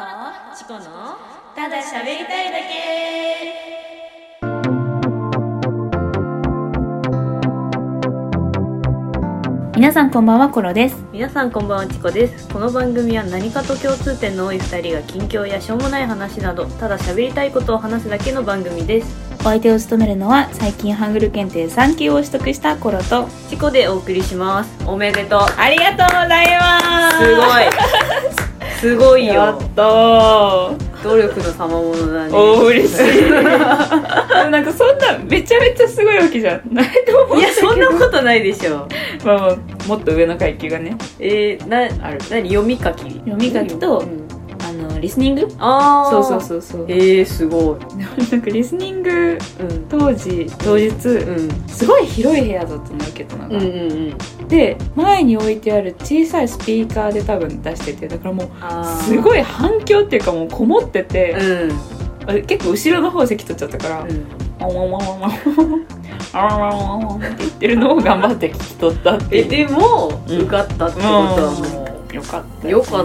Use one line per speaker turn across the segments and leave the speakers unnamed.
チコのただ喋りたいだけ。
皆さんこんばんは、コロです。
皆さんこんばんは、チコです。この番組は何かと共通点の多い2人が近況やしょうもない話などただ喋りたいことを話すだけの番組です。
お相手を務めるのは最近ハングル検定3級を取得したコロと
チコでお送りします。おめでとう。
ありがとうございます
すごいよ。
やったー。
努力の賜物だね。
おー、嬉しいなんかそんなめちゃめちゃすごいわけじゃないと思う。
いや、そんなことないでしょ。
まあもっと上の階級がね
ある。何、読み書き
と、リスニング。
ああ、
そう
すごい。
なんかリスニング、当日、すごい広い部屋だったの、受けたのが、で前に置いてある小さいスピーカーで多分出してて、だからもうすごい反響っていうかもうこもってて、結構後ろの方席取っちゃったから、ワンワンワンワンワンワンワンワンって言ってるのを頑張って聞き取ったっていう。
でも受かったってことはもう
よかった、
よかった。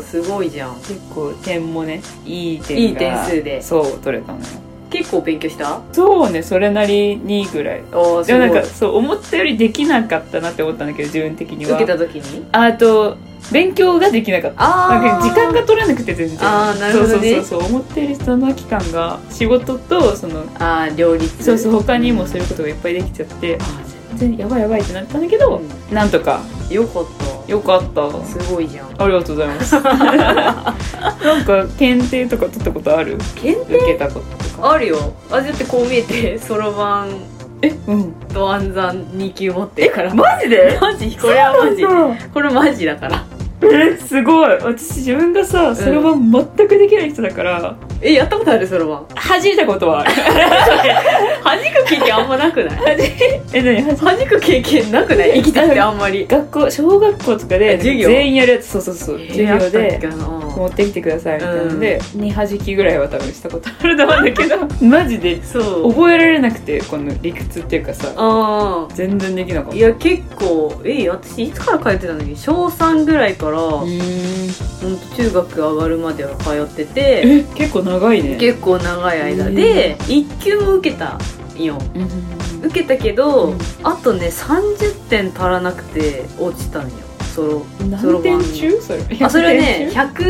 すごいじゃん。
結構点もね、いい
点数で
そう取れたのよ。
結構勉強した？
そうね、それなりにぐらい。でもなんかそう思ったよりできなかったなって思ったんだけど、自分的には
受けた時に
あと勉強ができなかった。なんか時間が取れなくて全然。
なるほどね。
そう思っている人の期間が仕事とその
両立。
そう他にもすることがいっぱいできちゃって、全然やばいってなったんだけど、なんとか
よかった。すごいじゃん。
ありがとうございますなんか検定とか取ったことある？
検定
受けたこととか
あるよ。だってこう見えてそろばんと暗算2級持ってるから。
マジで？
マジ？これはマジ。これマジだから。
すごい。私自分がさ、そろばん全くできない人だから。
やったことある？そろばん
弾いたことはある
弾く経験あんまなくない？
何
弾く経験なくない？生きてきてあんまり。
小学校とかで全員やるやつ。そう授業で持ってきてくださいみたいなので、2弾きぐらいは多分したことあると思うんだけどマジで覚えられなくて、この理屈っていうかさ、全然できなかった。
いや結構私いつから通ってたんだっけ？小3ぐらいから中学上がるまでは通ってて、
結構長いね。
結構長い間で1級も受けたよ。受けたけど、あとね30点足らなくて落ちたんよ。
何点中？それ
はね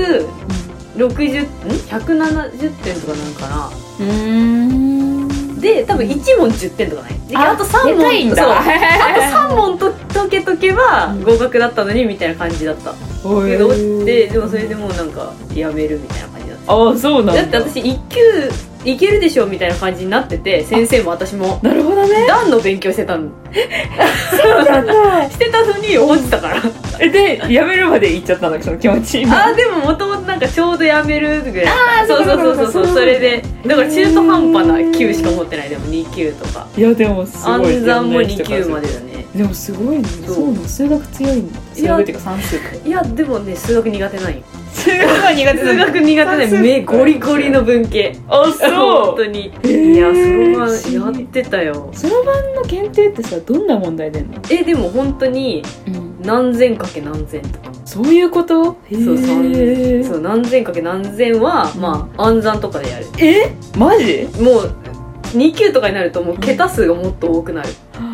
170点とかなんかな。で多分1問10点とかない。あと3問あと3問解けとけば合格だったのにみたいな感じだったけど、落ちて、でもそれでもうなんかやめるみたいな感じだった。
そうなんだ。
だって私1級いけるでしょみたいな感じになってて、先生も私も
なるほどね、
段の勉強してたの
そうなんだ
してたのに落ちたから
でやめるまで行っちゃったんだ、その気持ち。
でももともとなんかちょうどやめるぐらい。そうそれでだから中途半端な級しか持ってない。でも2級とか。
いやでもすごい。
暗算も2級までだね。
でもすごいね。そうなの。数学強いんだ。数学っていうか算数か。
いやでもね、数学苦手ないよ。
数学は苦手な
数学苦手ない。目ゴリゴリの文系。
そう
本当に。いや、そろばんやってたよ。
そろばんの検定ってさ、どんな問題出んの？
でも本当に何千かけ何千とか。
そういうこと？
そう何千かけ何千はまあ暗算とかでやる。
マジ？
もう2級とかになるともう桁数がもっと多くなる。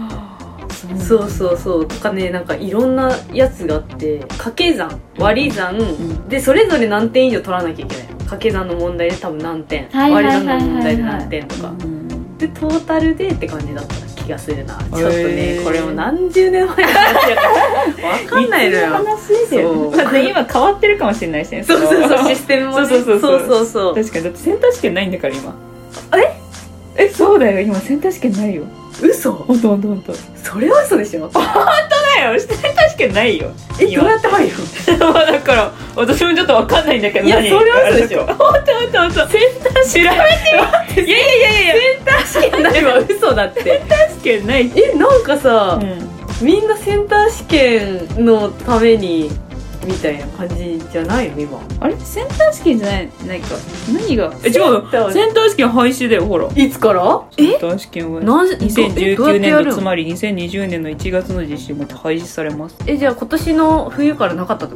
そうとかね、なんかいろんなやつがあって、掛け算、割り算、でそれぞれ何点以上取らなきゃいけない。掛け算の問題で多分何点、割り算の問題で何点とか、でトータルでって感じだった気がするな。ちょっとね、これも何十年前の話だから分かんないのよ。
だって今変わってるかもしれないしね。
そうシステムもね。そう
確かに。だってセンター試験ないんだから今。そうだよ、今センター試験ないよ。
嘘？
ほんと
それは嘘でしょ。
本当だよ、センター試験ないよ。
どうやって入るの？
だから私もちょっと分かんないんだけど。
いや、それは嘘でしょ。ほんと
センター調べてみ。いや
センター試験ないわ。嘘だって。
センター試験ない。
なんかさ、みんなセンター試験のためにみたいな感じじゃないの今。
あれセンター試験じゃないか。何が違うの？センター試験廃止だよ、ほら。
いつから？
センター試験は2019年度、つまり2020年の1月の実施も廃止されます。
じゃあ今年の冬からなかったってこと？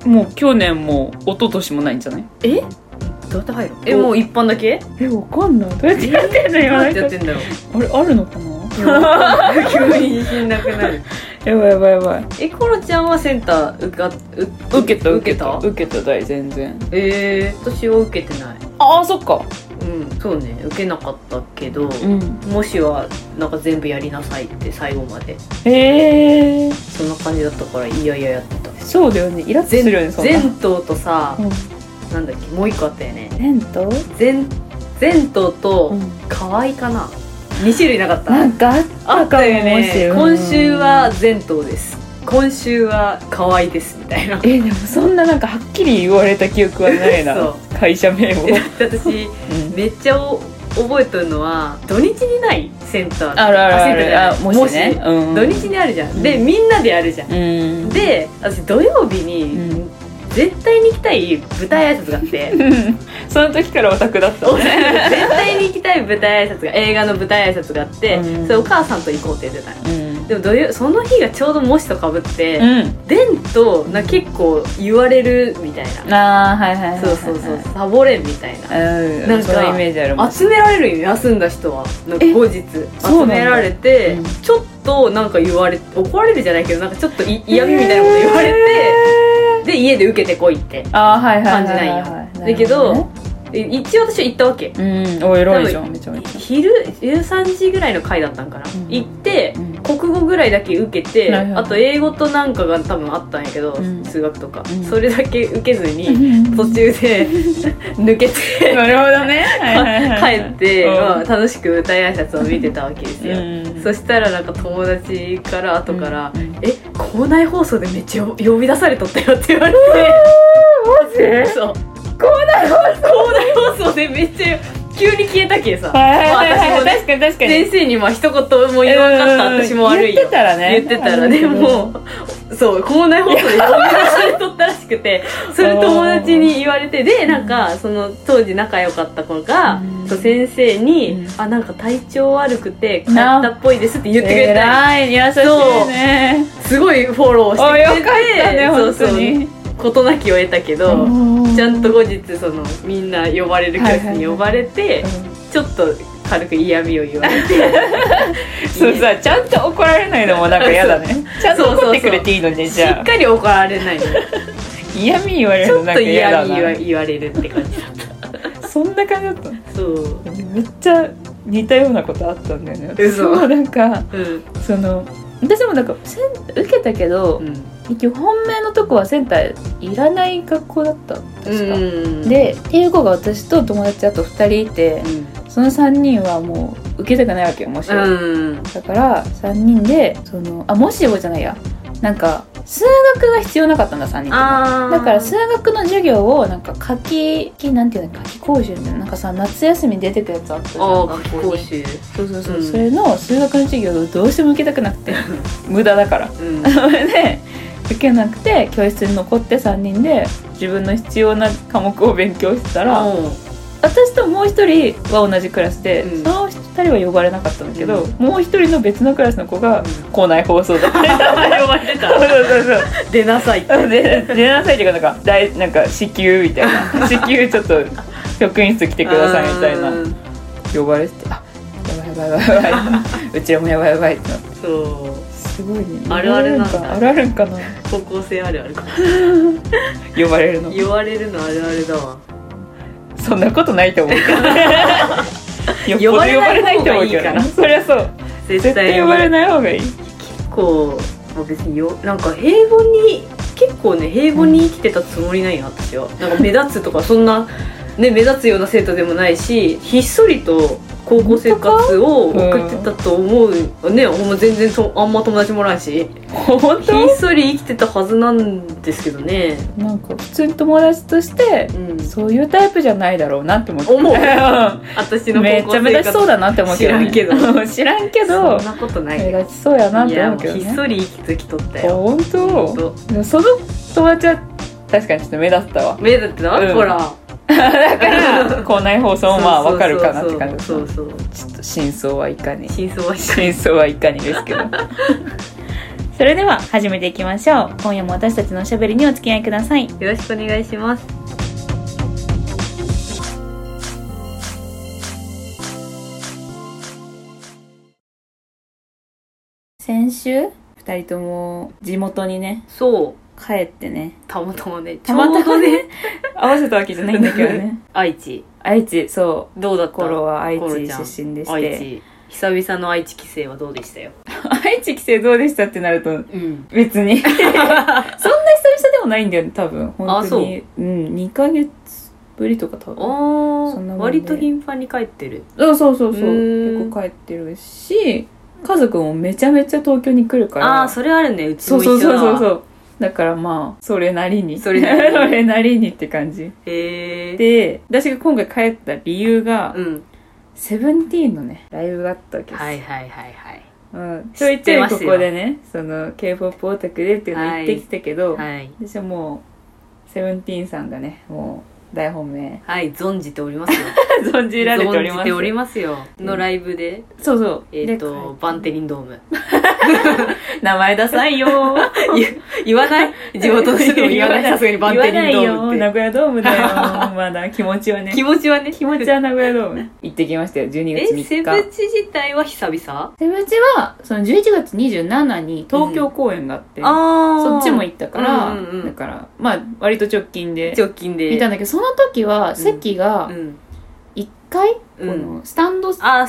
もう去年も一昨年もないんじゃない？
どうやって入る？もう一般だけ？
わかんない。どうやってやってんの？今
どうやってやってんだろう。
あれあるのかな？
急に自信なくなる。
やばい。
コロちゃんはセンター受けた
だい全然。
私は受けてない。
ああそっか。
そうね、受けなかったけど、もしはなんか全部やりなさいって最後まで。そんな感じだったからいややってた。
そうだよね。イラッとするよね。
全頭とさ、なんだっけ、もう一個あったよね。全頭と可愛いかな。2種類なかった？
なんかあったよね。
今週は全頭です、今週は可愛いですみたいな。
でもそんななんかはっきり言われた記憶はないな。会社名を。
私、めっちゃ覚えてるのは土日にないセンター。
あるもしね、
土日にあるじゃん。でみんなでやるじゃん。で私土曜日に絶対に行きたい舞台挨拶があって
その時からオタクだった
絶対に行きたい舞台挨拶が、映画の舞台挨拶があって、それお母さんと行こうって言ってたの。でもその日がちょうど模試とかぶって、デンと結構言われるみたいな。そうサボれんみたいな、なんか
イメージある。
集められるよ、休んだ人は。なんか後日集められて、ちょっとなんか怒られるじゃないけど、なんかちょっと嫌味みたいなこと言われて、で家で受けてこいって感じないよ。だけど一応私は行ったわけ。
偉いじゃん。めちゃめちゃ
昼13時ぐらいの回だったんかな。行って国語ぐらいだけ受けて、あと英語となんかが多分あったんやけど、数学とかそれだけ受けずに途中で抜けて
なるほどね。
帰って楽しく舞台挨拶を見てたわけですよ。そしたらなんか友達から後から校内放送でめっちゃ呼び出されとったよって言われて
マジ？
そう、校内放送でめっちゃ急に消えたけさ。私もね、
確かに
先生に一言も言わなかった私も悪いよ。
言ってたらね。
でもそう校内放送で呼び出されとったらしくて、それ友達に言われて、でなんかその当時仲良かった子が先生になんか体調悪くて帰ったっぽいですって言ってくれた。
優しいね。
すごいフォローしてくれて、
よかったね本当に。
事なきを得たけど、ちゃんと後日みんな呼ばれる教室に呼ばれて、ちょっと軽く嫌味を言われて
そうさ、ちゃんと怒られないのもなんか嫌だね。ちゃんと怒ってくれていいのね。じゃあ
しっかり怒られないの
嫌味言われるのなんか嫌だな。
ちょっと嫌味言われるって感じだった
そんな感じだった。
そう
めっちゃ似たようなことあったんだよね。そうなんか、私もなんか受けたけど、一応本命のとこはセンターいらない学校だった確か、でっていう子が私と友達あと2人いて、その3人はもう受けたくないわけよ、もし、だから3人でもしじゃないや、なんか数学が必要なかったんだ、3人とも。だから数学の授業をなんかなんていうの、夏期講習みたいな、なんかさ、夏休みに出てくやつあったじゃん、学校に。そう、それの数学の授業をどうしても受けたくなくて無駄だから、で受けなくて教室に残って3人で自分の必要な科目を勉強してたら、私ともう一人は同じクラスで、その2人は呼ばれなかったんだけど、もう一人の別のクラスの子が校内放送だって呼ばれてた。そう
出なさいって
出なさいっていうか、なんか至急みたいな至急ちょっと職員室来てくださいみたいな呼ばれてて、やばいうちらもやばいってなって。そうすごいね。
あるあるなんだ。
あるあるんかな。
高校生あるあるか
呼ばれるのあるあ
るだわ。そ
んなことないと思うけどねよっぽど呼ばれないと思うけどな。そりゃそう、絶対呼ばれない方がいい。
結構別になんか平凡に生きてたつもりないよ、私は。なんか目立つとかそんなね、目立つような生徒でもないし、ひっそりと高校生活を送ってたと思うね。ほんま全然あんま友達もらんし、
本当
ひっそり生きてたはずなんですけどね。
なんか普通に友達として、そういうタイプじゃないだろうなって思って
私の
めっちゃ目立ちそうだなって思うけど、知らんけど
そんなことない。
目立ちそうやなって思うけどね。
ひっそり生きとったよ。
本当。その友達は確かにちょっと目立ったわ。
目立ってた、ほら
だから校内放送もまあ分かるかなって感じ。
そう
ちょっと真相はいかにですけどそれでは始めていきましょう。今夜も私たちのおしゃべりにお付き合いください。
よろしくお願いします。
先週2人とも地元にね、
そう
帰ってね、
たまたまね、
たまたまね合わせたわけじゃないんだけどね
愛知、
そう
どうだった？
頃は愛知出身でして、
愛知久々の愛知帰省はどうでしたよ？
愛知帰省どうでしたってなると、別にそんな久々でもないんだよね、多分。本当に2ヶ月ぶりとか多分。
そんな割と頻繁に帰ってる。
そう結構帰ってるし、家族もめちゃめちゃ東京に来るから。
それあるね、うちも一緒だ。
そうだからまあそれなりにって感じ。で、私が今回帰った理由が、セブンティーンのねライブがあったわけです。はい。ちょいちょいここでね、その K-POP オタクでっていうの言ってきたけど、私はもうセブンティーンさんがね、もう大本命
存じておりますよ
存じられております。
存じておりますよのライブで、
そう
バンテリンドーム
名前ダサいよ
言わない、地元の人も言わない。さすがにバンテリンドームって。
名古屋ドームだよまだ気持ちは名古屋ドーム行ってきましたよ、12月3日。
セブチ自体は久々？
セブチはその11月27に東京公演があって、そっちも行ったから、だからまあ割と直近で見たんだけど、その時は席が1階、このスタンド
そう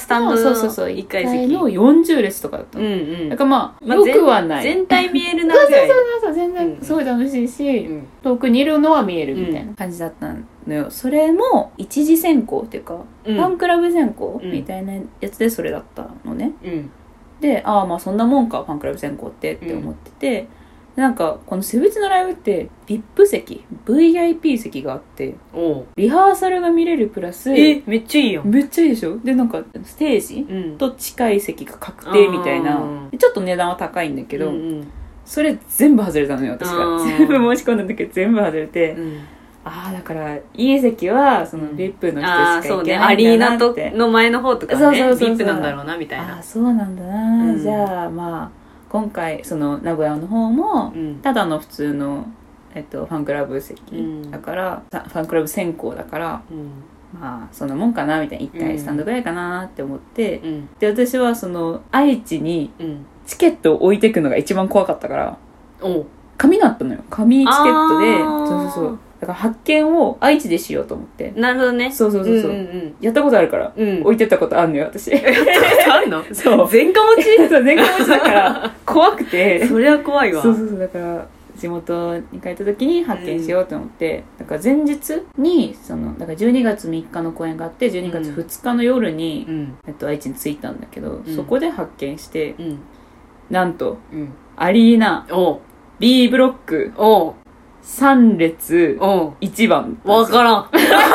1階の40列とかだったの。だからまあよくはない、
全体見えるなぐらい。
そう全然すごい楽しいし、遠くにいるのは見えるみたいな感じだったのよ。それも一次選考っていうか、ファンクラブ選考みたいなやつでそれだったのね。で、まあそんなもんかファンクラブ選考って思ってて、なんかこのセブチのライブって VIP 席 VIP 席があって、リハーサルが見れるプラス、
めっちゃいいよ。
めっちゃいいでしょ。で、なんかステージと近い席が確定みたいな、ちょっと値段は高いんだけど、それ全部外れたのよ、私が。全部申し込んだんだけど全部外れて、だからいい席はその VIP の人しか行けないんだなって、
の前の方とかね、VIP なんだろうなみたいな。
そうなんだな、じゃあまあ今回その名古屋の方もただの普通の、ファンクラブ席だから、ファンクラブ選考だから、まあそんなもんかなみたいな、1回スタンドぐらいかなって思って、で私はその愛知にチケットを置いてくのが一番怖かったから、紙だったのよ、紙チケットで。そうだから発券を愛知でしようと思って。
なるほどね。
そうやったことあるから、置いてったことあるのよ、私。
やったことあるの？
そう。
前科持ち？
そう、前科持ちだから怖くて。
それは怖いわ。
そうだから地元に帰った時に発券しようと思って、だから前日にだから12月3日の公演があって、12月2日の夜に、愛知に着いたんだけど、そこで発券して、なんと、アリーナ B ブロック3列1番。
わからん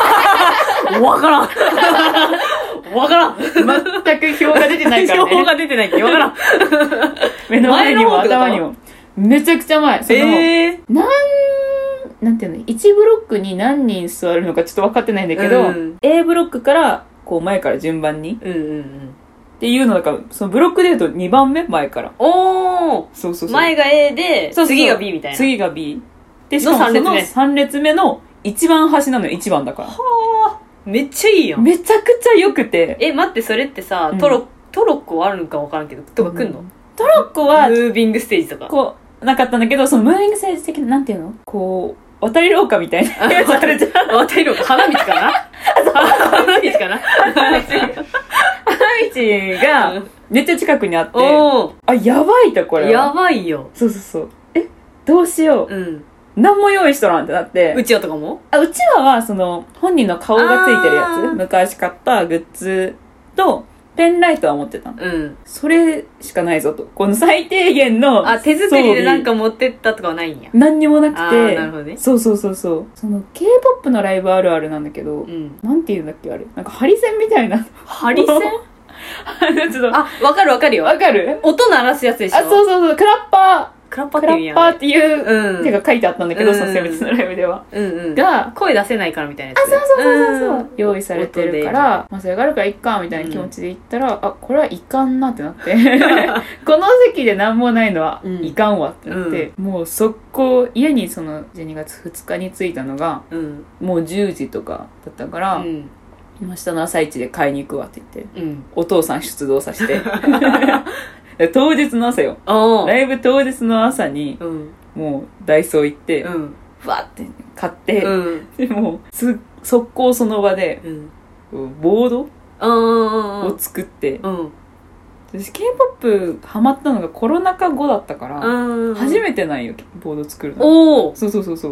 全く表が出てないからね。
表が出てないってわからん
目の前にも頭にもめちゃくちゃ前。なんていうの、1ブロックに何人座るのかちょっと分かってないんだけど、A ブロックからこう前から順番にっていうのだから、そのブロックで言うと2番目前から。そう
前が A で次が B みたいな。
次が Bで、しかもその3列目の一番端なのよ、1番だから。
めっちゃいいよ。
めちゃくちゃ良くて。
待って、それってさ、トロッコあるのか分からんけど、とか来んの？
トロッコは
ムービングステージとか
こうなかったんだけど、そのムービングステージ的な、なんていうの、こう渡り廊下みたいなやつあるじゃん。
渡り廊下、花道かな花道かな
花道がめっちゃ近くにあって、やばいとこれは。
やばいよ。
そうどうしよう、何も用意しとらんってなって。
うちわとかも？
うちわはその本人の顔がついてるやつ、昔買ったグッズとペンライトは持ってたの。それしかないぞと。この最低限の
手作りでなんか持ってったとかはないんや。
何にもなくて。
なるほどね。
そう。その K-POP のライブあるあるなんだけど、なんていうんだっけあれ。なんかハリセンみたいな。
ハリセン？
ちょっと。
わかるよ。
わかる？
音鳴らすやつでしょ？
そう。クラッパ
クラッパっていう
手が書いてあったんだけど、その性別のライブでは。
が、声出せないからみたいなやつ。
そう。用意されてるから、それがあるからいっか、みたいな気持ちで行ったら、これはいかんなってなって、この席でなんもないのはいかんわってなって、もう速攻、家にその12月2日に着いたのが、もう10時とかだったから、明日の朝一で買いに行くわって言って、お父さん出動させて、当日の朝よ。ライブ当日の朝に、もうダイソー行って、ふわって買って、でも速攻その場で、ボードを作って、私 K-POP ハマったのがコロナ禍後だったから、初めてなんよ、ボード作るの。そう。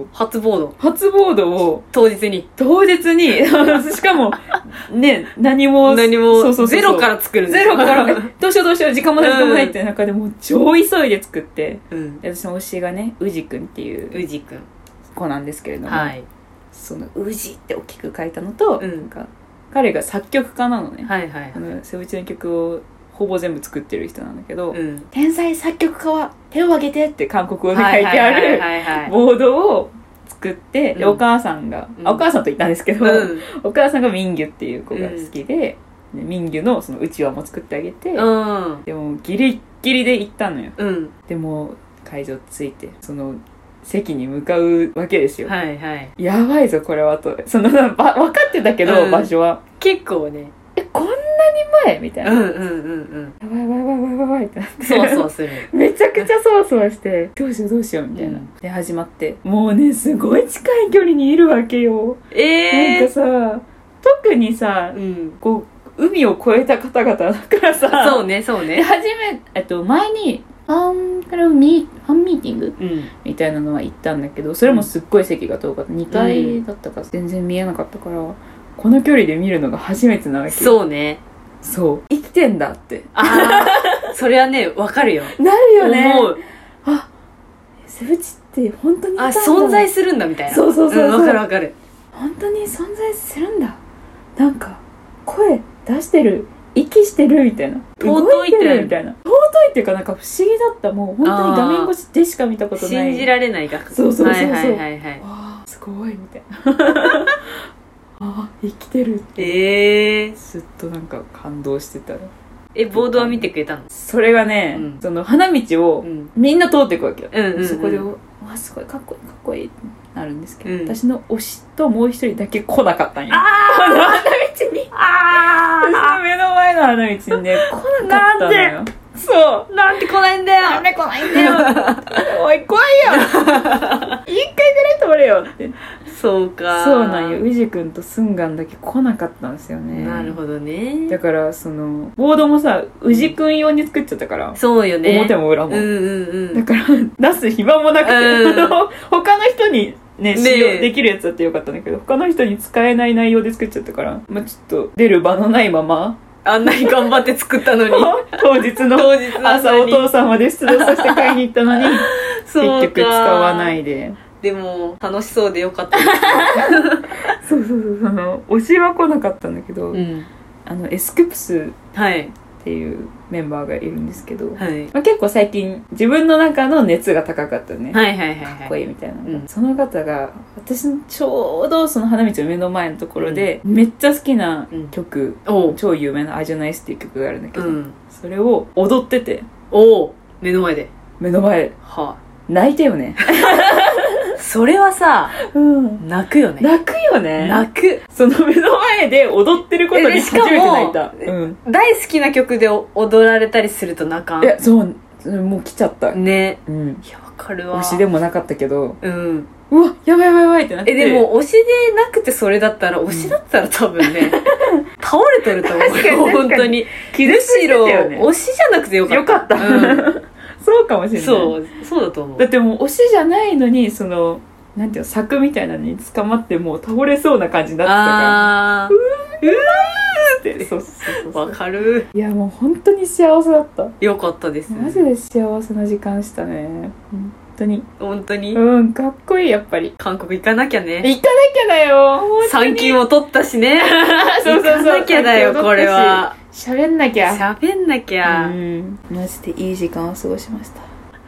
初ボー
ドを
当日に
しかもね、何も
ゼロから作る
ゼロからどうしよう時間もないって中でもう超急いで作って、私の推しがね、宇治くんっていう子なんですけれども、その宇治って大きく書いたのと、なんか彼が作曲家なのね。セブチの曲をほぼ全部作ってる人なんだけど、天才作曲家は手を挙げてって韓国語で書いてあるボードを作って、お母さんが、お母さんと言ったんですけど、お母さんがミンギュっていう子が好きで、ミンギュのそのうちわも作ってあげて、でもギリギリで行ったのよ。でも会場着いて、その席に向かうわけですよ。やばいぞこれはと。分かってたけど、場所は
結構ね、
こんなに前みたいな。やばいってなって。
そわそわする。
めちゃくちゃそわそわして、どうしようみたいな。で、始まって。もうね、すごい近い距離にいるわけよ。なんかさ、特にさ、こう、海を越えた方々だからさ。
そうね。
前に、ファンミーティング、みたいなのは行ったんだけど、それもすっごい席が遠かった。2階だったから全然見えなかったから、この距離で見るのが初めてなわけ。
そうね。
そう。生きてんだって。
それはね、わかるよ。
なるよね。思う。セブチって本当にいたんだ。
存在するんだみたいな。そう。わかる。
本当に存在するんだ。なんか、声出してる。息してるみたいな。
尊いって
みたいな。尊いっていうかなんか不思議だった。もう本当に画面越しでしか見たことない。
信じられないが。
そう。わあ、すごいみたいな。生きてるって。ずっとなんか感動してたら。
ボードは見てくれたの？
それがね、その花道をみんな通っていくわけよ。そこで、すごいかっこいいってなるんですけど、私の推しともう一人だけ来なかったんよ。花道に。私の目の前の花道にね、来なかったのよ。そう。
なんで来ないんだよ。
おい、来いよ。一回ぐらい通れよって。
そうか。
そうなんよ。宇治くんとスンガンだけ来なかったんですよね。
なるほどね。
だから、その、ボードもさ、宇治くん用に作っちゃったから。
そうよね。
表も裏も。だから、出す暇もなくて、他の人にね、使用できるやつだってよかったんだけど、他の人に使えない内容で作っちゃったから、ちょっと出る場のないまま、
あんなに頑張って作ったのに
当日の朝お父さんまで出動させて買いに行ったのに結局使わないで。
でも楽しそうでよかったです
そう推しは来なかったんだけど、エスクプスっていうメンバーがいるんですけど、結構最近自分の中の熱が高かったね。かっこいいみたいな、その方が私のちょうどその花道の目の前のところで、めっちゃ好きな曲、超有名なアジョナイスっていう曲があるんだけど、それを踊ってて、
目の前で
泣いたよね。
それはさ、泣くよね。泣く。
その目の前で踊ってることに初めて泣いた。
大好きな曲で踊られたりすると泣かん。
もう来ちゃった
ね。いや、わかるわ。
推しでもなかったけど、うわ、やばいってなって。
でも推しでなくてそれだったら、推しだったら多分ね、倒れてると思うよ。本当に。むしろ、推しじゃなくてよかった。
そうかもしれない。
そうだと思う。
だってもう推しじゃないのに、その、なんていうの、柵みたいなのに捕まってもう倒れそうな感じになってたから。うーって。そう
わかる。
いや、もう本当に幸せだった。
よかったです。
マジで幸せな時間したね。本当に。かっこいい、やっぱり。
韓国行かなきゃね。
行かなきゃだよ。
産休も取ったしね。行かなきゃだよ、これは。
喋んなきゃ。
マジで
いい時間を過ごしました。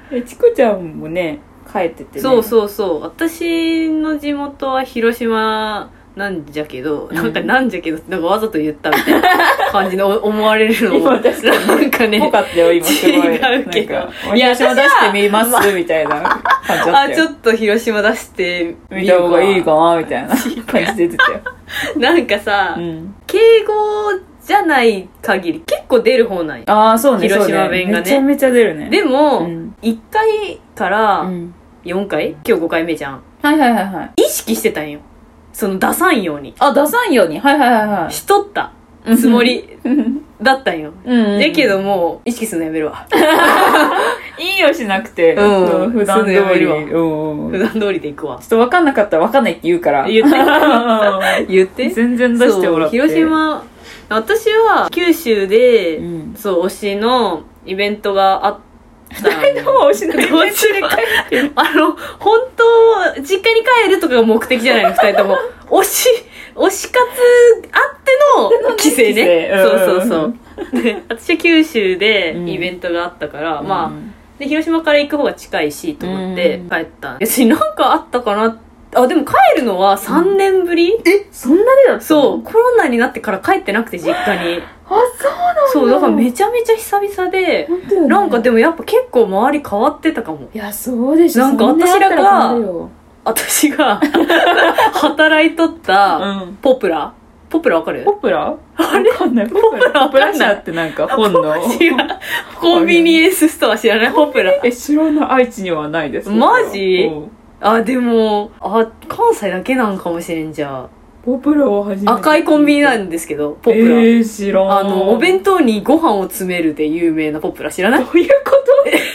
ちこちゃんもね帰っててね。
そうそうそう、私の地元は広島なんじゃけど、なんかわざと言ったみたいな感じの思われるのも
今確かに
なんかね
ぽかったよ今すごい。
違うけど、
なんか広島出してみます、みたいな感じだったよ。
ちょっと広島出して
見た方がいいかなみたいな感じで出てたよ。
なんかさ、敬語じゃない限り結構出る方なんよ。
そうね、
広島弁がね
めちゃめちゃ出るね。
でも、1回から4回、今日5回目じゃん。
はいはいはいはい。
意識してたんよ、その出さんように。
出さんように。はいはいはいはい。
しとったつもりだったんよ。だけどもう意識するのやめるわ。
いいよしなくて、普段通り
普段通りで行くわ。
ちょっと分かんなかったら分かんないって言うから
言って
全然出してもらって。
広島、私は九州で、そう推しのイベントがあった。
誰でも推しのイベントで帰ってる。
本当実家に帰るとかが目的じゃないの2人とも。推し活あっての帰省ね。そうそうそう。で、私は九州でイベントがあったから、まあで広島から行く方が近いしと思って帰った。別になんかあったかな。でも帰るのは3年ぶり。
そんなにだったの？
そう、コロナになってから帰ってなくて実家に。
そうなんだ。
そうだからめちゃめちゃ久々で、ね、なんかでもやっぱ結構周り変わってたかも。
いやそうでしょ。
なんか私が働いとったポプラ、ポプラわかる？
ポプラ？あれわかんない。ポプラ社ってなんか本の
コンビニエンスストア知らない？ポプラ。
知らない。愛知にはないです。
マジ？でも関西だけなんかもしれんじゃ。
ポプラは初めて。
赤いコンビニなんですけど、ポプラ。
知らん。
お弁当にご飯を詰めるで有名なポプラ知らない？
どういうこと？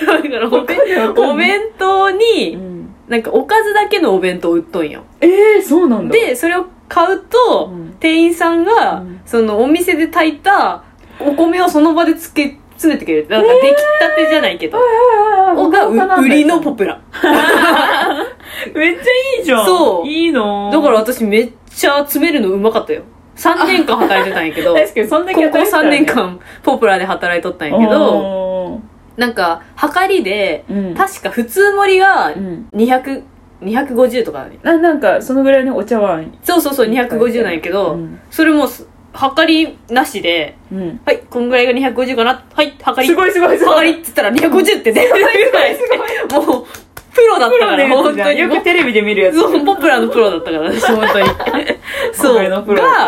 だからお弁当に、なんかおかずだけのお弁当売っとんよ。
そうなんだ。
で、それを買うと、店員さんが、そのお店で炊いたお米をその場で詰めてくれる。なんか出来たてじゃないけど。が売りのポプラ。
めっちゃいいじゃん。そう。いいの。
だから私めっちゃ詰めるのうまかったよ。3年間働いてたんやけど。
確かにそんだけ
働いてた、ね。高校3年間ポプラで働いとったんやけど、なんか、量りで、確か普通盛りが250とかだね。
なんか、そのぐらいのお茶碗。
そうそうそう、250なんやけど、それも、量りなしで、はい、こんぐらいが250かな、はい、量り。
すごい。
量りって言ったら250って出るぐらい。もう、プロだったから、本当に。
よくテレビで見るやつ。
そう、ポプラのプロだったから、私、本当に。そう。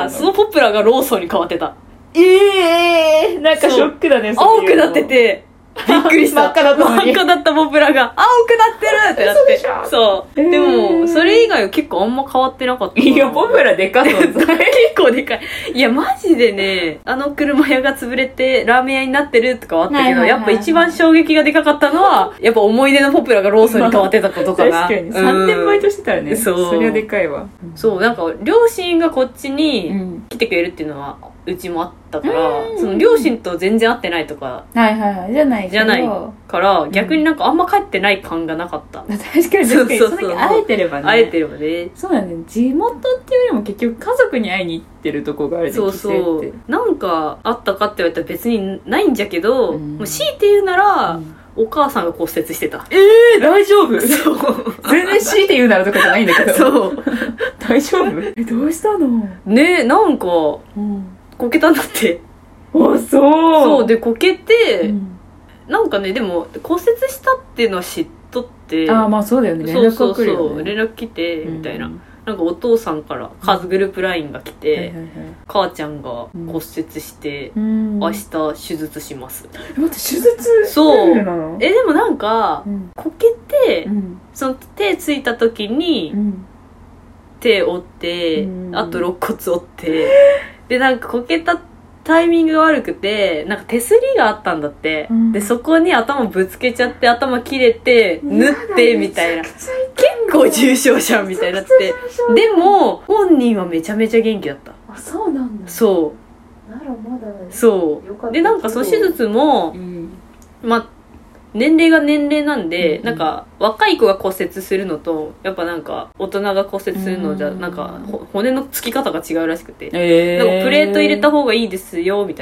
そのポプラがローソンに変わってた。
なんかショックだね、
青くなってて、びっくりした。真っ赤だったポプラが青くなってるってなって。そう。でも、それ以外は結構あんま変わってなかった。
いや、ポプラでかそう。結
構でかい。いや、マジでね、車屋が潰れてラーメン屋になってるとかはあったけど、やっぱ一番衝撃がでかかったのは、やっぱ思い出のポプラがローソンに変わってたことかな。
確かに。3年バイトしてたらね。そりゃでかいわ。
そう、なんか、両親がこっちに来てくれるっていうのは、うちもあったから、その両親と全然会ってないとか、
じゃない
から、逆になんかあんま帰ってない感がなかった。
確かにその時会えてればね。
会えてればね。
そうだね。地元っていうよりも結局家族に会いに行ってるとこがあるね。
そうそう。なんかあったかって言われたら別にないんじゃけど、もう強いて言うなら、お母さんが骨折してた。
大丈夫？
そう。
全然強いて言うならとかじゃないんだけど。
そう。
大丈夫？どうしたの？
ね、なんか、こけたんだって。そうでこけて、なんかね、でも骨折したっていうのは知っとって、
まあそうだよね。連絡来るよね。
そう連絡来てみたいな。なんかお父さんからグループ LINE が来て、母ちゃんが骨折して、明日手術します。
待って、手術？
そう。でもなんか、こけて、その手ついた時に、手折って、あと肋骨折って、でなんかこけたタイミングが悪くて、なんか手すりがあったんだって、でそこに頭ぶつけちゃって頭切れて縫ってみたいな、結構重傷じゃんみたいになって、でも本人はめちゃめちゃ元気だった。
そうなんだ。
そう
ならまだ
そうで、なんかその手術も、まあ年齢が年齢なんで、なんか若い子が骨折するのとやっぱなんか大人が骨折するのじゃなんか骨のつき方が違うらしくて、なんかプレート入れた方がいいですよみたいなの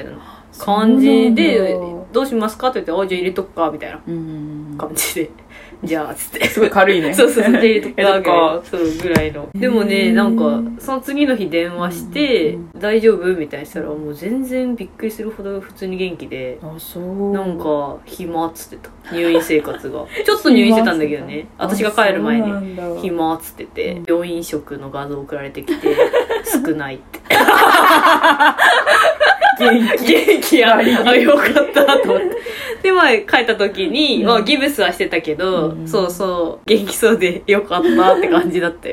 感じでどうしますかって言って「あ、じゃあ入れとくか」みたいな感じでじゃあつって
すごい軽いね
そうそうそう入れとくかそうぐらいの。でもね、なんかその次の日電話して「大丈夫?」みたいにしたらもう全然びっくりするほど普通に元気で、
あ、そう
なんか暇っつってた。入院生活がちょっと入院してたんだけどね、私が帰る前に暇っつってて、病院食の画像送られてきて少ないって元気あよかったと思ってで、前帰った時に、まあ、ギブスはしてたけど、そうそう元気そうでよかったって感じだったよ。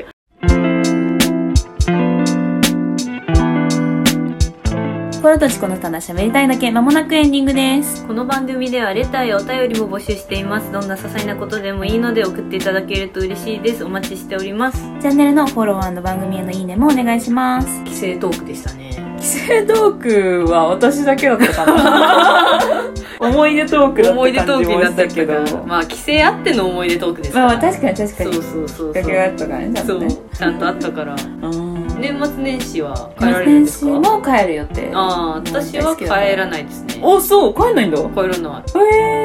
心とチコのただ喋りたいだけ、間もなくエンディングです。
この番組ではレターやお便りも募集しています。どんな些細なことでもいいので送っていただけると嬉しいです。お待ちしております。
チャンネルのフォロー&番組へのいいねもお願いします。
帰省トークでしたね。
帰省トークは私だけだったかな思い出トークだった感じもしたけど、
まあ帰省あっての思い出トークですから。
まあ確かに確かに。
そう
きっかけがあったからね、ちゃんとね。
そうちゃんとあったから年末年始は帰られるんですか？
年末年始も帰る予定。
ああ、私は帰らないですね。
あ、そう、帰んないんだ。
帰らない。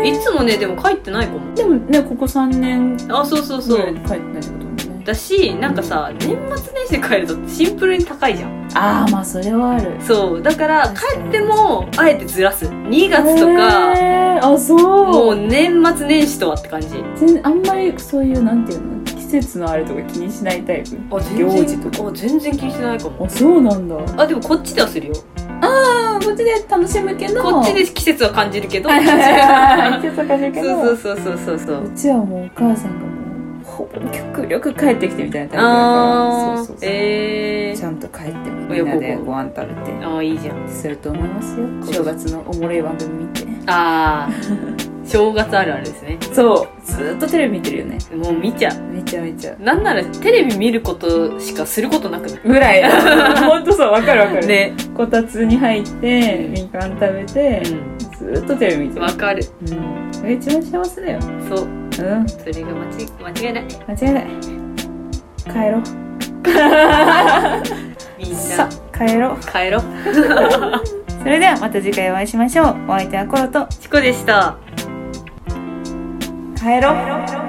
いつもね、でも帰ってないかも。
でもね、ここ3年
あ、そうそうそう、
帰ってないってこともね。
だし、なんかさ、年末年始で帰るとシンプルに高いじゃん。
ああ、まあそれはある。
そうだから帰ってもあえてずらす。2月とか
あ、そう
もう年末年始とはって感じ。
あんまりそういうなんていうの、季節のあれとか気にしないタイプ。行事とか
全然気にしてないかも。
あ、そうなんだ。
あ、でもこっちではするよ。
ああ、こっちで楽しむけど、
こっちで季節は感じるけど
季節は感じるけど、
そう
うちはもうお母さんがもうほぼ極力帰ってきてみたいなタイプだから、そうちゃんと帰ってみんなでご飯食べて、
ああいいじゃん。
すると思いますよ。正月のおもろい番組見て。
ああ正月あるあるですね。
そう、ずーっとテレビ見てるよね。
もう見ちゃう。
めちゃめちゃ。
なんならテレビ見ることしかすることなくなる
ぐらい。ほんとそう、わかる
ね。
こたつに入ってみかん食べて、ずーっとテレビ見てる。
わかる。
それ一番幸せだよ。
そう。それが間違いない。
間違いない。帰ろう。
みんな
さあ帰ろう。それではまた次回お会いしましょう。お相手はコロと
チコでした。
帰ろう。